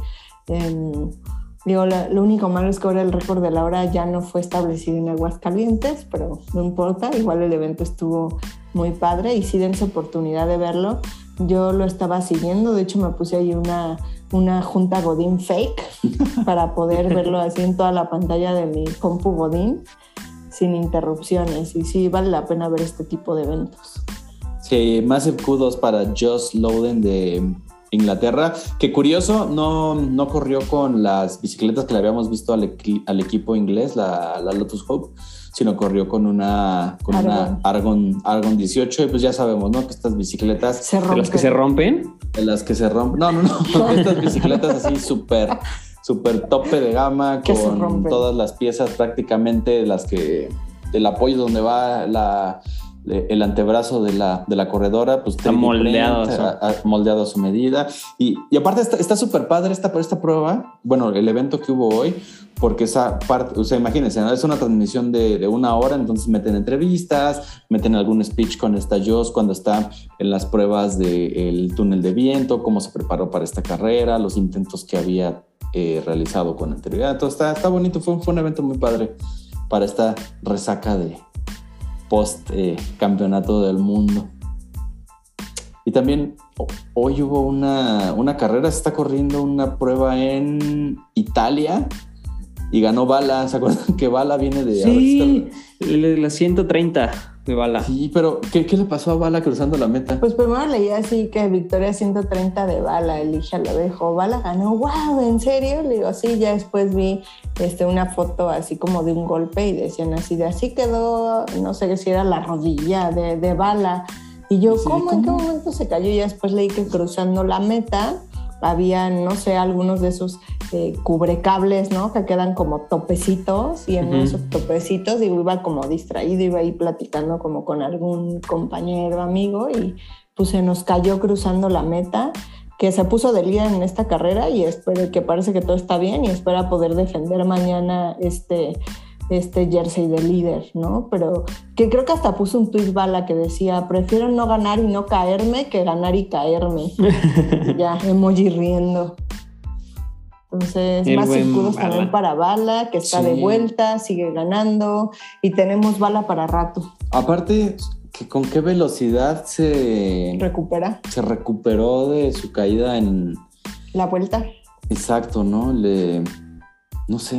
Lo único malo es que ahora el récord de la hora ya no fue establecido en Aguascalientes, pero no importa, igual el evento estuvo muy padre y sí dense oportunidad de verlo. Yo lo estaba siguiendo, de hecho me puse ahí una junta Godín fake para poder verlo así en toda la pantalla de mi compu Godín sin interrupciones, y sí vale la pena ver este tipo de eventos. Sí, más kudos para Joss Loden de Inglaterra, que curioso, no corrió con las bicicletas que le habíamos visto al equipo inglés, la Lotus Hope, sino corrió con una Argon 18, y pues ya sabemos, ¿no? Que estas bicicletas... ¿De las que se rompen? De las que se rompen. No. Estas bicicletas así súper tope de gama, con todas las piezas prácticamente del apoyo donde va el antebrazo de la corredora, pues está moldeado a su medida. Y aparte está súper padre esta prueba, bueno, el evento que hubo hoy, porque esa parte, o sea, imagínense, ¿no? Es una transmisión de 1 hora, entonces meten entrevistas, meten algún speech con esta Joss cuando está en las pruebas del túnel de viento, cómo se preparó para esta carrera, los intentos que había realizado con anterioridad. Entonces está bonito, fue un evento muy padre para esta resaca de post campeonato del mundo. Y también hoy hubo una carrera, se está corriendo una prueba en Italia y ganó Bala. ¿Se acuerdan que Bala viene de... Sí, la 130 de Bala. Sí, pero ¿qué le pasó a Bala cruzando la meta? Pues primero leí así que victoria 130 de Bala, elige al abejo, Bala ganó, wow, ¿en serio? Le digo, sí, ya después vi una foto así como de un golpe y decían así quedó, no sé si era la rodilla de Bala. Y yo, Sí, ¿cómo? ¿En qué momento se cayó? Y después leí que cruzando la meta había, no sé, algunos de esos cubrecables, ¿no? Que quedan como topecitos, y en esos topecitos, digo, iba como distraído, iba ahí platicando como con algún compañero, amigo, y pues se nos cayó cruzando la meta, que se puso de líder en esta carrera, y espero que parece que todo está bien y espera poder defender mañana este jersey de líder, ¿no? Pero que creo que hasta puso un tuit Bala que decía, prefiero no ganar y no caerme que ganar y caerme. Ya, emoji riendo. Entonces, más escudos también para Bala, que está de vuelta, sigue ganando, y tenemos Bala para rato. Aparte, que con qué velocidad se recuperó de su caída en la vuelta. Exacto, ¿no? No sé.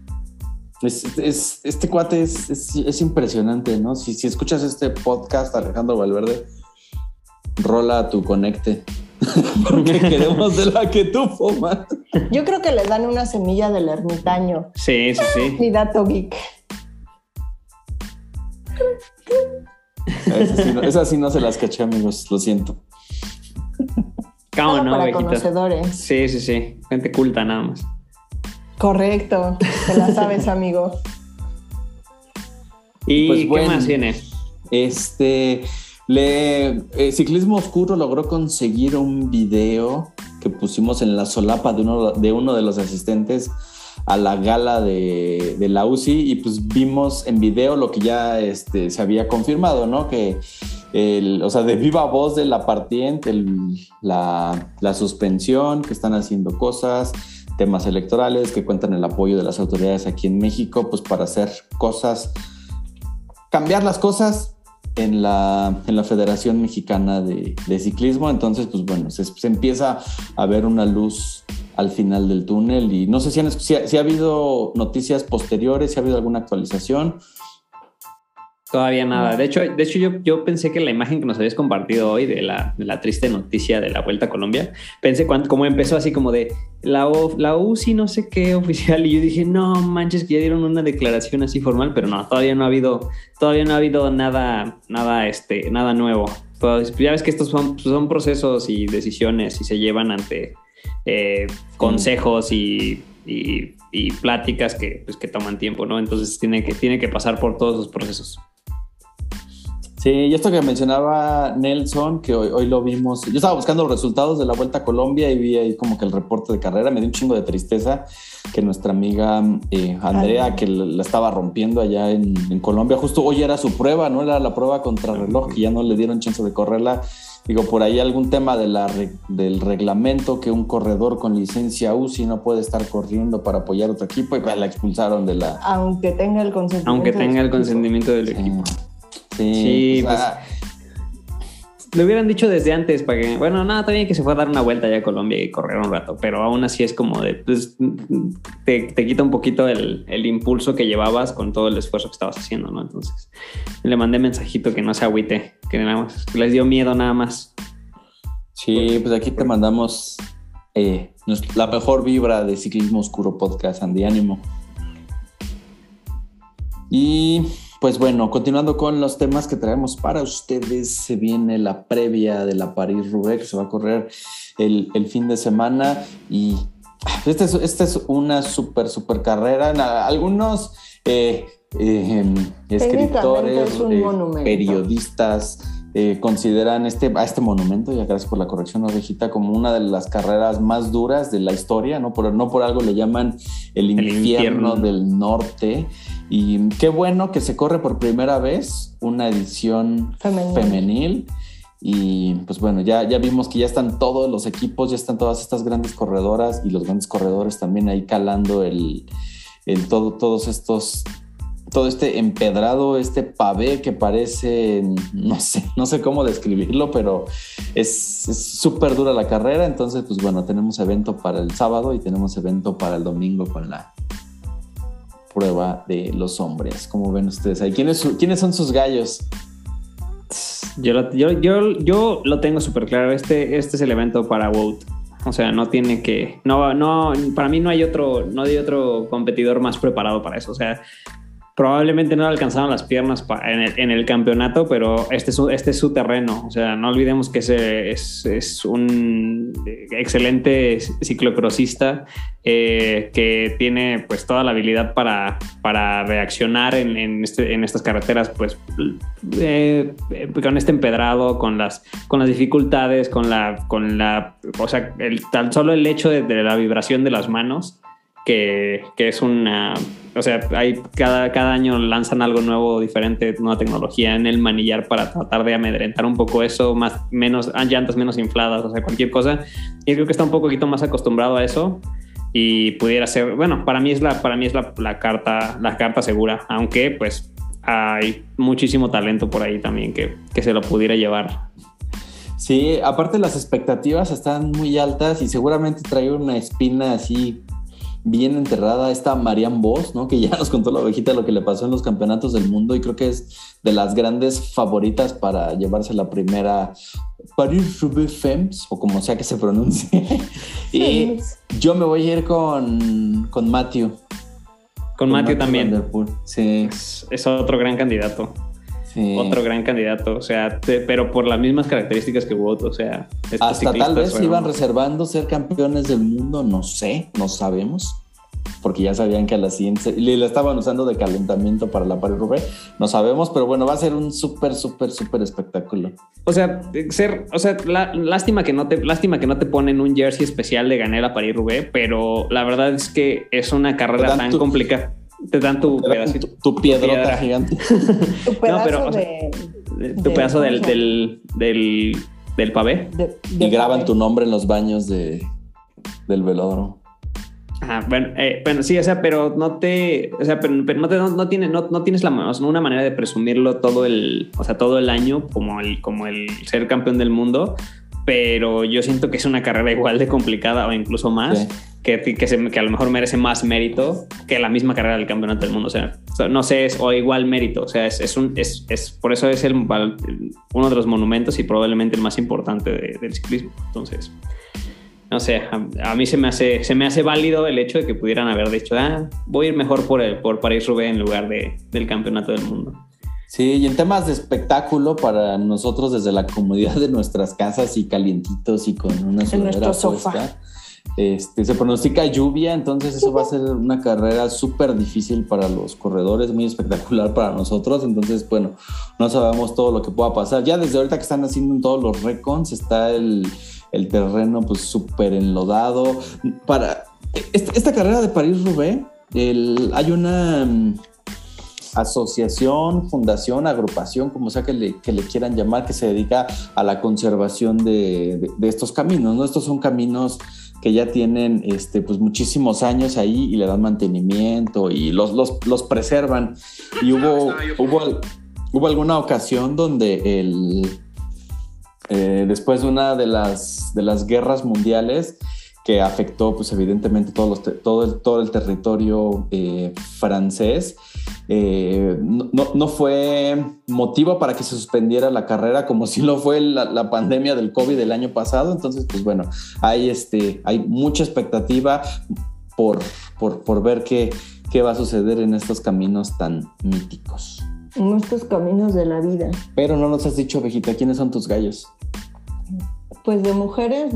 Este cuate es impresionante, ¿no? Si escuchas este podcast, Alejandro Valverde, rola tu conecte. Porque queremos de la que tú fumas. Yo creo que le dan una semilla del ermitaño. Sí. Mi dato geek. Esas sí no se las caché, amigos, lo siento. ¿Cómo no, para viejito? Conocedores. Sí. Gente culta nada más. Correcto, te la sabes, amigo. ¿Y pues, qué más tiene? Ciclismo Oscuro logró conseguir un video que pusimos en la solapa de uno de los asistentes a la gala de la UCI, y pues vimos en video lo que ya se había confirmado, ¿no? Que de viva voz de la partiente, la suspensión, que están haciendo cosas, temas electorales, que cuentan el apoyo de las autoridades aquí en México, pues para hacer cosas, cambiar las cosas en la Federación Mexicana de Ciclismo. Entonces, pues bueno, se empieza a ver una luz al final del túnel, y no sé si ha habido noticias posteriores, si ha habido alguna actualización. Todavía nada. De hecho yo pensé que la imagen que nos habías compartido hoy de la triste noticia de la Vuelta a Colombia, pensé como empezó así como de la UCI no sé qué oficial, y yo dije, no manches, que ya dieron una declaración así formal, pero no, todavía no ha habido nada nuevo. Pues ya ves que estos son procesos y decisiones y se llevan ante consejos y pláticas que toman tiempo, ¿no? Entonces tiene que pasar por todos esos procesos. Sí, y esto que mencionaba Nelson, que hoy lo vimos, yo estaba buscando los resultados de la Vuelta a Colombia y vi ahí como que el reporte de carrera, me dio un chingo de tristeza que nuestra amiga Andrea, que la estaba rompiendo allá en Colombia, justo hoy era su prueba, ¿no? Era la prueba contrarreloj, y ya no le dieron chance de correrla. Digo, por ahí algún tema del reglamento, que un corredor con licencia UCI no puede estar corriendo para apoyar a otro equipo, y pues la expulsaron de la... Aunque tenga el consentimiento del equipo. Sí, pues lo hubieran dicho desde antes para que, bueno, nada, también que se fue a dar una vuelta allá a Colombia y correr un rato, pero aún así es como de, pues, te quita un poquito el impulso que llevabas con todo el esfuerzo que estabas haciendo, ¿no? Entonces le mandé mensajito que no se agüite, que les dio miedo nada más. Sí, pues aquí te mandamos la mejor vibra de Ciclismo Oscuro Podcast, Andy, ánimo. Y pues bueno, continuando con los temas que traemos para ustedes, se viene la previa de la París-Roubaix, que se va a correr el fin de semana, y esta es una super carrera. Algunos escritores, periodistas consideran este monumento, ya gracias por la corrección, Ovejita, como una de las carreras más duras de la historia, no por algo le llaman el infierno del norte. Y qué bueno que se corre por primera vez una edición femenil. Y pues bueno, ya vimos que ya están todos los equipos, ya están todas estas grandes corredoras y los grandes corredores también ahí calando todo este empedrado, este pavé que parece, no sé cómo describirlo, pero es súper dura la carrera. Entonces, pues bueno, tenemos evento para el sábado y tenemos evento para el domingo con la prueba de los hombres. ¿Cómo ven ustedes ahí? ¿Quiénes son sus gallos? Yo lo tengo súper claro. Este es el evento para Wout. O sea, no tiene que... No, para mí no hay otro competidor más preparado para eso. O sea, Probablemente no le alcanzaron las piernas en el campeonato, pero este es su terreno. O sea, no olvidemos que es un excelente ciclocrosista que tiene pues toda la habilidad para reaccionar en estas carreteras, pues con este empedrado, con las dificultades, o sea, tan solo el hecho de la vibración de las manos, que es una... O sea, cada año lanzan algo nuevo, diferente, nueva tecnología en el manillar para tratar de amedrentar un poco eso, llantas menos infladas, o sea, cualquier cosa. Y creo que está un poquito más acostumbrado a eso y pudiera ser, bueno, para mí es la carta segura, aunque pues hay muchísimo talento por ahí también que se lo pudiera llevar. Sí, aparte las expectativas están muy altas y seguramente trae una espina así bien enterrada esta Marianne Vos, ¿no? Que ya nos contó la ovejita lo que le pasó en los campeonatos del mundo y creo que es de las grandes favoritas para llevarse la primera Paris-Roubaix Femmes, o como sea que se pronuncie. Y yo me voy a ir con Matthew. Con Matthew también. Van der Poel. Sí. Es otro gran candidato. Sí. Otro gran candidato, o sea, pero por las mismas características que Wout, o sea, hasta tal vez iban reservando ser campeones del mundo, no sé, no sabemos, porque ya sabían que a la siguiente le estaban usando de calentamiento para la Paris-Roubaix, no sabemos, pero bueno, va a ser un súper espectáculo. O sea, lástima que no te ponen un jersey especial de ganar la Paris-Roubaix, pero la verdad es que es una carrera tan complicada. Te dan tu pedacito, tu piedrota gigante. Tu pedazo tu pedazo del pavé. Y graban tu nombre en los baños del velódromo. Bueno, sí, o sea, pero no tienes una manera de presumirlo todo el año como el ser campeón del mundo, pero yo siento que es una carrera igual de complicada o incluso más. Sí. Que a lo mejor merece más mérito que la misma carrera del campeonato del mundo. O sea, no sé, o igual mérito. O sea, por eso es uno de los monumentos y probablemente el más importante del ciclismo. Entonces, no sé, a mí se me hace válido el hecho de que pudieran haber dicho, voy a ir mejor por París-Roubaix en lugar del campeonato del mundo. Sí, y en temas de espectáculo para nosotros desde la comodidad de nuestras casas y calientitos y con una sudadera puesta, se pronostica lluvia, entonces eso va a ser una carrera súper difícil para los corredores, muy espectacular para nosotros, entonces bueno, no sabemos todo lo que pueda pasar. Ya desde ahorita que están haciendo en todos los recons está el terreno pues súper enlodado. Para esta carrera de París-Roubaix hay una asociación, fundación, agrupación, como sea que le quieran llamar, que se dedica a la conservación de estos caminos, ¿no? Estos son caminos que ya tienen pues muchísimos años ahí y le dan mantenimiento y los preservan. Y hubo alguna ocasión donde después de una de las guerras mundiales que afectó pues evidentemente todo el territorio francés, no fue motivo para que se suspendiera la carrera como si lo fue la pandemia del COVID del año pasado. Entonces pues bueno, hay mucha expectativa por ver qué va a suceder en estos caminos tan míticos. En estos caminos de la vida. Pero no nos has dicho, Ovejita, ¿quiénes son tus gallos? Pues de mujeres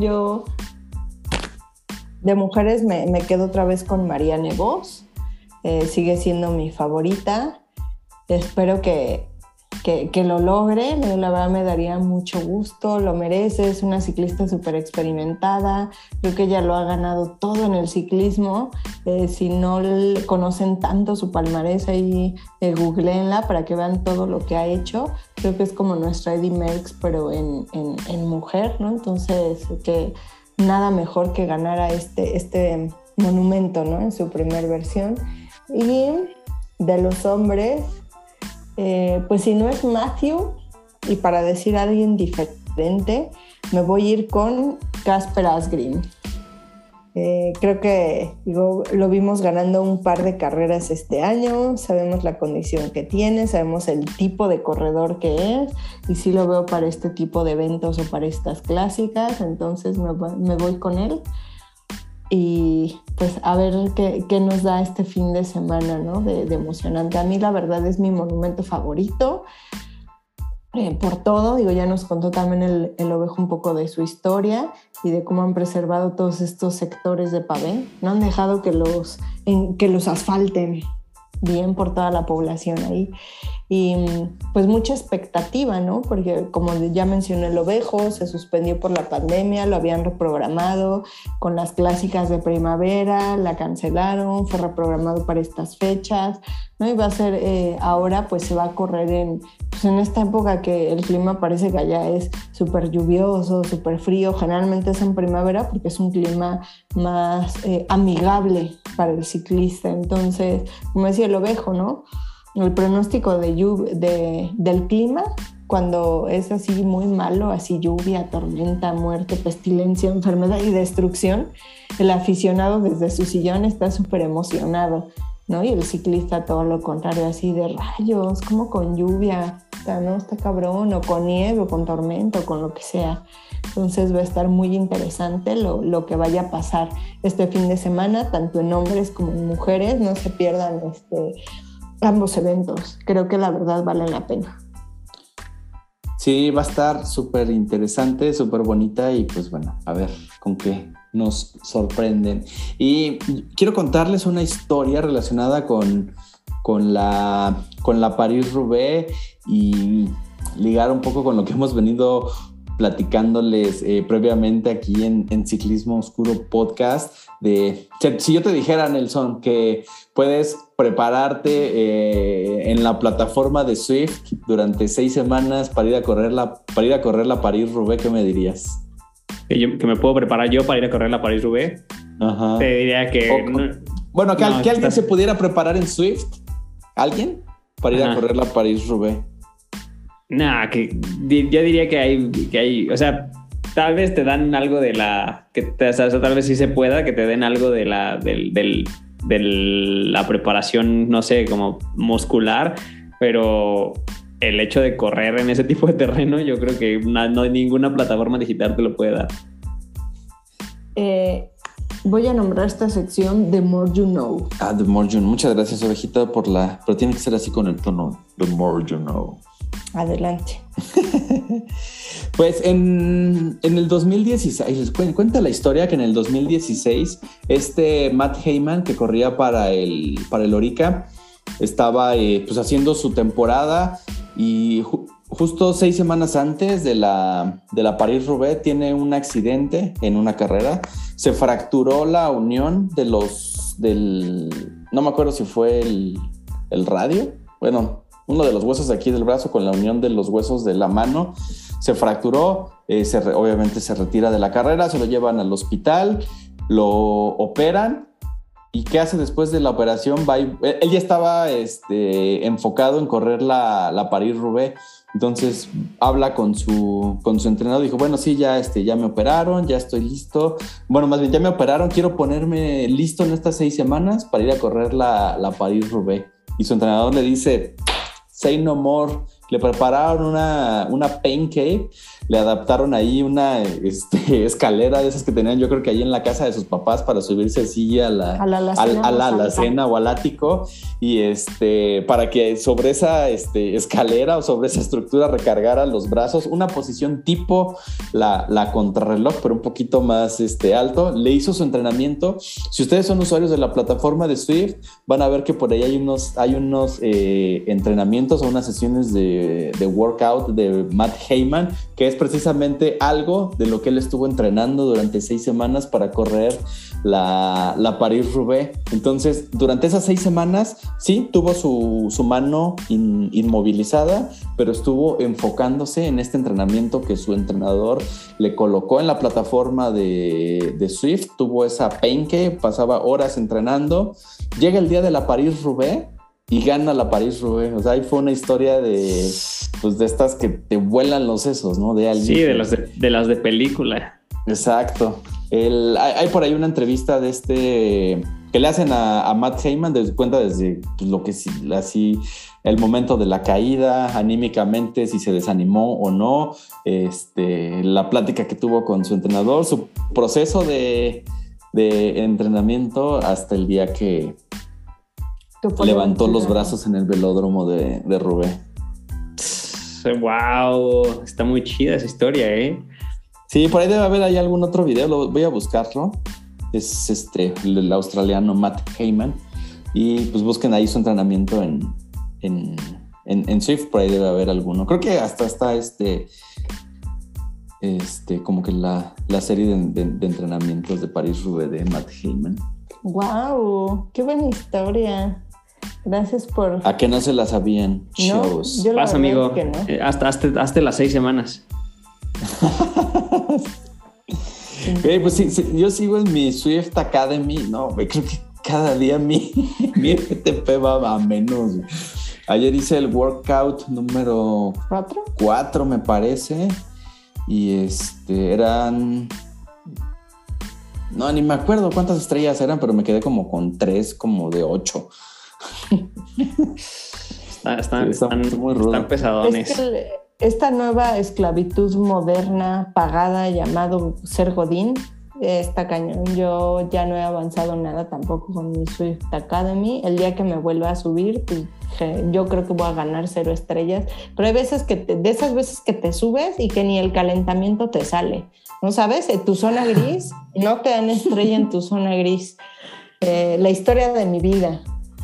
me quedo otra vez con Marianne Vos. Sigue siendo mi favorita. Espero que lo logre. La verdad me daría mucho gusto. Lo merece. Es una ciclista súper experimentada. Creo que ella lo ha ganado todo en el ciclismo. Si no conocen tanto su palmarés, ahí googleenla para que vean todo lo que ha hecho. Creo que es como nuestra Eddy Merckx, pero en mujer, ¿no? Entonces, que nada mejor que ganar a este monumento, ¿no? En su primer versión. Y de los hombres, pues si no es Matthew, y para decir a alguien diferente, me voy a ir con Kasper Asgreen. Creo que lo vimos ganando un par de carreras este año, sabemos la condición que tiene, sabemos el tipo de corredor que es, y sí lo veo para este tipo de eventos o para estas clásicas, entonces me voy con él. y pues a ver qué nos da este fin de semana, ¿no? De emocionante. A mí la verdad es mi monumento favorito. Por todo, digo, ya nos contó también el Ovejo un poco de su historia y de cómo han preservado todos estos sectores de pavé. No han dejado que los asfalten bien por toda la población ahí. Y pues mucha expectativa, ¿no? Porque como ya mencioné, el Ovejo se suspendió por la pandemia, lo habían reprogramado con las clásicas de primavera, la cancelaron, fue reprogramado para estas fechas, ¿no? Y va a ser, ahora pues se va a correr en esta época que el clima parece que allá es súper lluvioso, súper frío, generalmente es en primavera porque es un clima más amigable para el ciclista. Entonces, como decía el Ovejo, ¿no? El pronóstico del clima, cuando es así muy malo, así lluvia, tormenta, muerte, pestilencia, enfermedad y destrucción, el aficionado desde su sillón está súper emocionado, ¿no? Y el ciclista todo lo contrario, así de rayos, como con lluvia, ¿no? Está cabrón, o con nieve, o con tormenta, o con lo que sea. Entonces va a estar muy interesante lo que vaya a pasar este fin de semana, tanto en hombres como en mujeres. No se pierdan ambos eventos. Creo que la verdad valen la pena. Sí, va a estar súper interesante, súper bonita y pues bueno, a ver con qué nos sorprenden. Y quiero contarles una historia relacionada con la París-Roubaix y ligar un poco con lo que hemos venido platicándoles previamente aquí en Ciclismo Oscuro Podcast. Si yo te dijera, Nelson, que puedes prepararte en la plataforma de Zwift durante 6 semanas para ir a correr la París-Roubaix, ¿qué me dirías? ¿Que me puedo preparar yo para ir a correr la París-Roubaix? Ajá. Te diría que... Bueno, que alguien se pudiera preparar en Zwift. ¿Alguien? Para ir a correr la París-Roubaix. Nah, yo diría que hay, o sea, tal vez te dan algo de la, o sea, tal vez sí se pueda que te den algo de la preparación, no sé, como muscular, pero el hecho de correr en ese tipo de terreno, yo creo que no hay ninguna plataforma digital te lo puede dar. Voy a nombrar esta sección The More You Know. The More You Know. Muchas gracias, Ovejita, pero tiene que ser así con el tono The More You Know. Adelante. Pues en el 2016, cuenta la historia que en el 2016 Matt Hayman, que corría para el Orica, estaba pues haciendo su temporada y justo 6 semanas antes de la París-Roubaix tiene un accidente en una carrera. Se fracturó la unión no me acuerdo si fue el radio, bueno, uno de los huesos de aquí del brazo con la unión de los huesos de la mano. Se fracturó, obviamente se retira de la carrera, se lo llevan al hospital, lo operan. ¿Y qué hace después de la operación? Él ya estaba enfocado en correr la París-Roubaix. Entonces habla con su entrenador. Dijo, bueno, sí, ya me operaron, ya estoy listo. Bueno, más bien, ya me operaron, quiero ponerme listo en estas 6 semanas para ir a correr la París-Roubaix. Y su entrenador le dice, say no more. Le prepararon una pain cave, le adaptaron ahí una escalera de esas que tenían, yo creo que ahí en la casa de sus papás para subirse así a la alacena o al ático, y para que sobre esa escalera o sobre esa estructura recargara los brazos, una posición tipo la contrarreloj, pero un poquito más alto. Le hizo su entrenamiento. Si ustedes son usuarios de la plataforma de Zwift, van a ver que por ahí hay unos entrenamientos o unas sesiones de workout de Matt Hayman, que es precisamente algo de lo que él estuvo entrenando durante 6 semanas para correr la París-Roubaix. Entonces, durante esas 6 semanas, sí, tuvo su mano inmovilizada, pero estuvo enfocándose en este entrenamiento que su entrenador le colocó en la plataforma de Zwift. Tuvo esa pain que pasaba horas entrenando. Llega el día de la París-Roubaix y gana la París-Roubaix. O sea, ahí fue una historia de estas que te vuelan los sesos, ¿no? De alguien. Sí, de las de película. Exacto. Hay por ahí una entrevista que le hacen a Matt Hayman, cuenta desde lo que así el momento de la caída, anímicamente, si se desanimó o no, la plática que tuvo con su entrenador, su proceso de de entrenamiento hasta el día que levantó los brazos en el velódromo de Roubaix. Wow, está muy chida esa historia, ¿eh? Sí, por ahí debe haber ahí algún otro video, voy a buscarlo. Es el australiano Matt Hayman. Y pues busquen ahí su entrenamiento en Swift, por ahí debe haber alguno. Creo que hasta está como que la serie de entrenamientos de París-Roubaix de Matt Hayman. ¡Wow! ¡Qué buena historia! Gracias por... ¿A que no se la sabían? No, yo Vas, amigo. Que no. Hazte las 6 semanas. Pues sí, yo sigo en mi Swift Academy. No, creo que cada día mi FTP va a menos. Ayer hice el workout número 4, me parece. Y eran... No, ni me acuerdo cuántas estrellas eran, pero me quedé como con 3, como de 8. Están muy pesadones. Es que esta nueva esclavitud moderna pagada llamado ser Godín está cañón. Yo ya no he avanzado nada tampoco con mi Swift Academy. El día que me vuelva a subir, pues yo creo que voy a ganar 0 estrellas. Pero hay veces de esas veces que te subes y que ni el calentamiento te sale. ¿No sabes? En tu zona gris, no te dan estrella en tu zona gris. La historia de mi vida.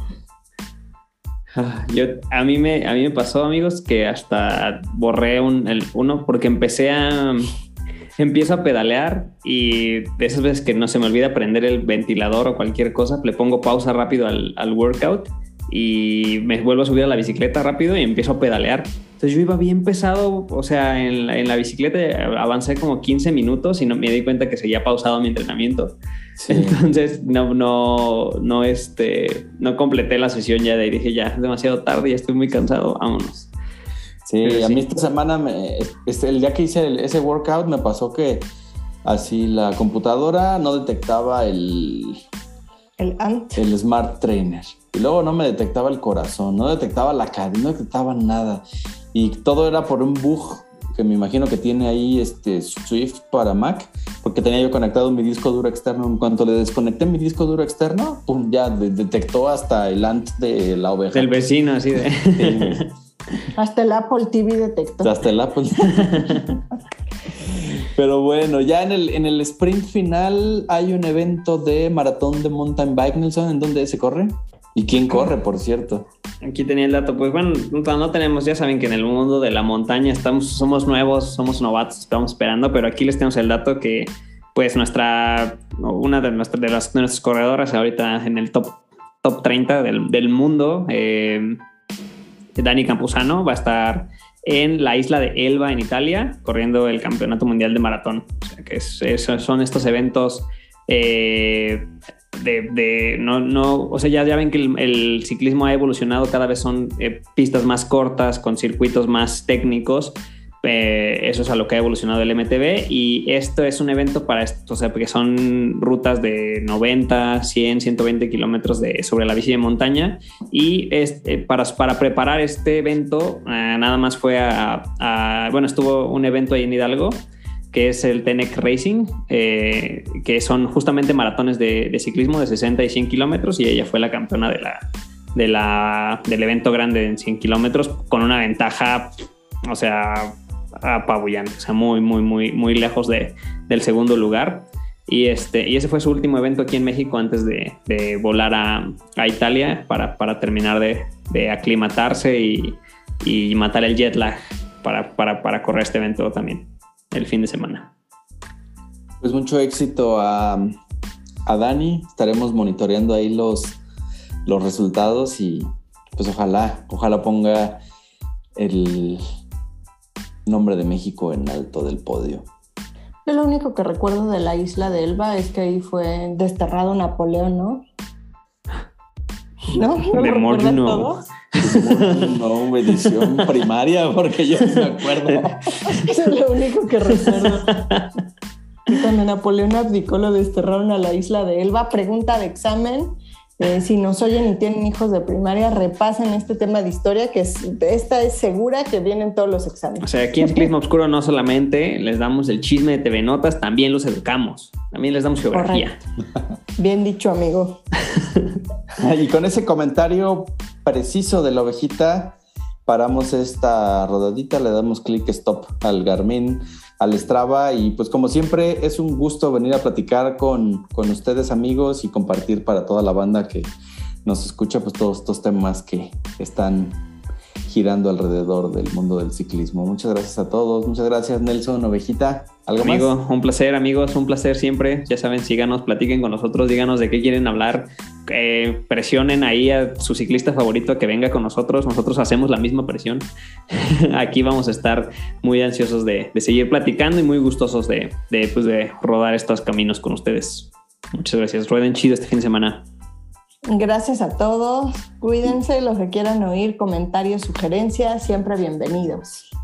A mí me pasó, amigos, que hasta borré uno porque empiezo a pedalear y de esas veces que no se me olvida prender el ventilador o cualquier cosa, le pongo pausa rápido al workout y me vuelvo a subir a la bicicleta rápido y empiezo a pedalear. Entonces yo iba bien pesado, o sea, en la bicicleta avancé como 15 minutos y no me di cuenta que seguía pausado mi entrenamiento. Sí. Entonces no completé la sesión ya de ahí. Dije, ya es demasiado tarde, ya estoy muy cansado, vámonos. Sí, pero a mí esta semana, el día que hice ese workout me pasó que así la computadora no detectaba el Smart Trainer. Y luego no me detectaba el corazón, no detectaba la cadena, no detectaba nada. Y todo era por un bug que me imagino que tiene ahí Swift para Mac, porque tenía yo conectado mi disco duro externo. En cuanto le desconecté mi disco duro externo, pum, ya detectó hasta el ANT de la oveja. Del vecino, así de... Sí. Hasta el Apple TV detectó. Hasta el Apple TV. Pero bueno, ya en el sprint final hay un evento de maratón de mountain bike, Nelson. ¿En dónde se corre? ¿Y quién corre, por cierto? Aquí tenía el dato. Pues bueno, no tenemos, ya saben que en el mundo de la montaña somos nuevos, somos novatos, estamos esperando, pero aquí les tenemos el dato que pues una de nuestras corredoras ahorita en el top 30 del mundo, Dani Campuzano, va a estar en la isla de Elba, en Italia, corriendo el Campeonato Mundial de Maratón. O sea, que son estos eventos o sea, ya ven que el ciclismo ha evolucionado, cada vez son pistas más cortas, con circuitos más técnicos. Eso es a lo que ha evolucionado el MTB, y esto es un evento para esto, o sea, porque son rutas de 90, 100, 120 kilómetros sobre la bici de montaña, y para preparar este evento nada más fue estuvo un evento ahí en Hidalgo que es el TENEC Racing, que son justamente maratones de ciclismo de 60 y 100 kilómetros, y ella fue la campeona del evento grande en 100 kilómetros con una ventaja, o sea, apabullante, o sea, muy, muy, muy, muy lejos del segundo lugar. Y ese fue su último evento aquí en México antes de volar a Italia para terminar de aclimatarse y matar el jet lag para correr este evento también el fin de semana. Pues mucho éxito a Dani. Estaremos monitoreando ahí los resultados y pues ojalá ponga el nombre de México en alto del podio. Yo lo único que recuerdo de la isla de Elba es que ahí fue desterrado Napoleón, ¿no? ¿No? ¿No lo recuerdas todo? No, edición primaria, porque yo no me acuerdo. Eso es lo único que recuerdo. Y cuando Napoleón abdicó, lo desterraron a la isla de Elba. Pregunta de examen. Si nos oyen y tienen hijos de primaria, repasen este tema de historia, que esta es segura que vienen todos los exámenes. O sea, aquí en Ciclismo Oscuro no solamente les damos el chisme de TV Notas, también los educamos. También les damos geografía. Correcto. Bien dicho, amigo. Y con ese comentario preciso de la ovejita, paramos esta rodadita, le damos clic stop al Garmin, al Strava, y pues como siempre es un gusto venir a platicar con ustedes, amigos, y compartir para toda la banda que nos escucha pues todos estos temas que están girando alrededor del mundo del ciclismo. Muchas gracias a todos. Muchas gracias, Nelson, ovejita. ¿Algo Amigo, más? un placer, amigos, un placer siempre. Ya saben, síganos, platiquen con nosotros, díganos de qué quieren hablar, presionen ahí a su ciclista favorito que venga con nosotros. Nosotros hacemos la misma presión. Aquí vamos a estar muy ansiosos de seguir platicando y muy gustosos de rodar estos caminos con ustedes. Muchas gracias. Rueden chido este fin de semana. Gracias a todos. Cuídense, los que quieran oír, comentarios, sugerencias, siempre bienvenidos.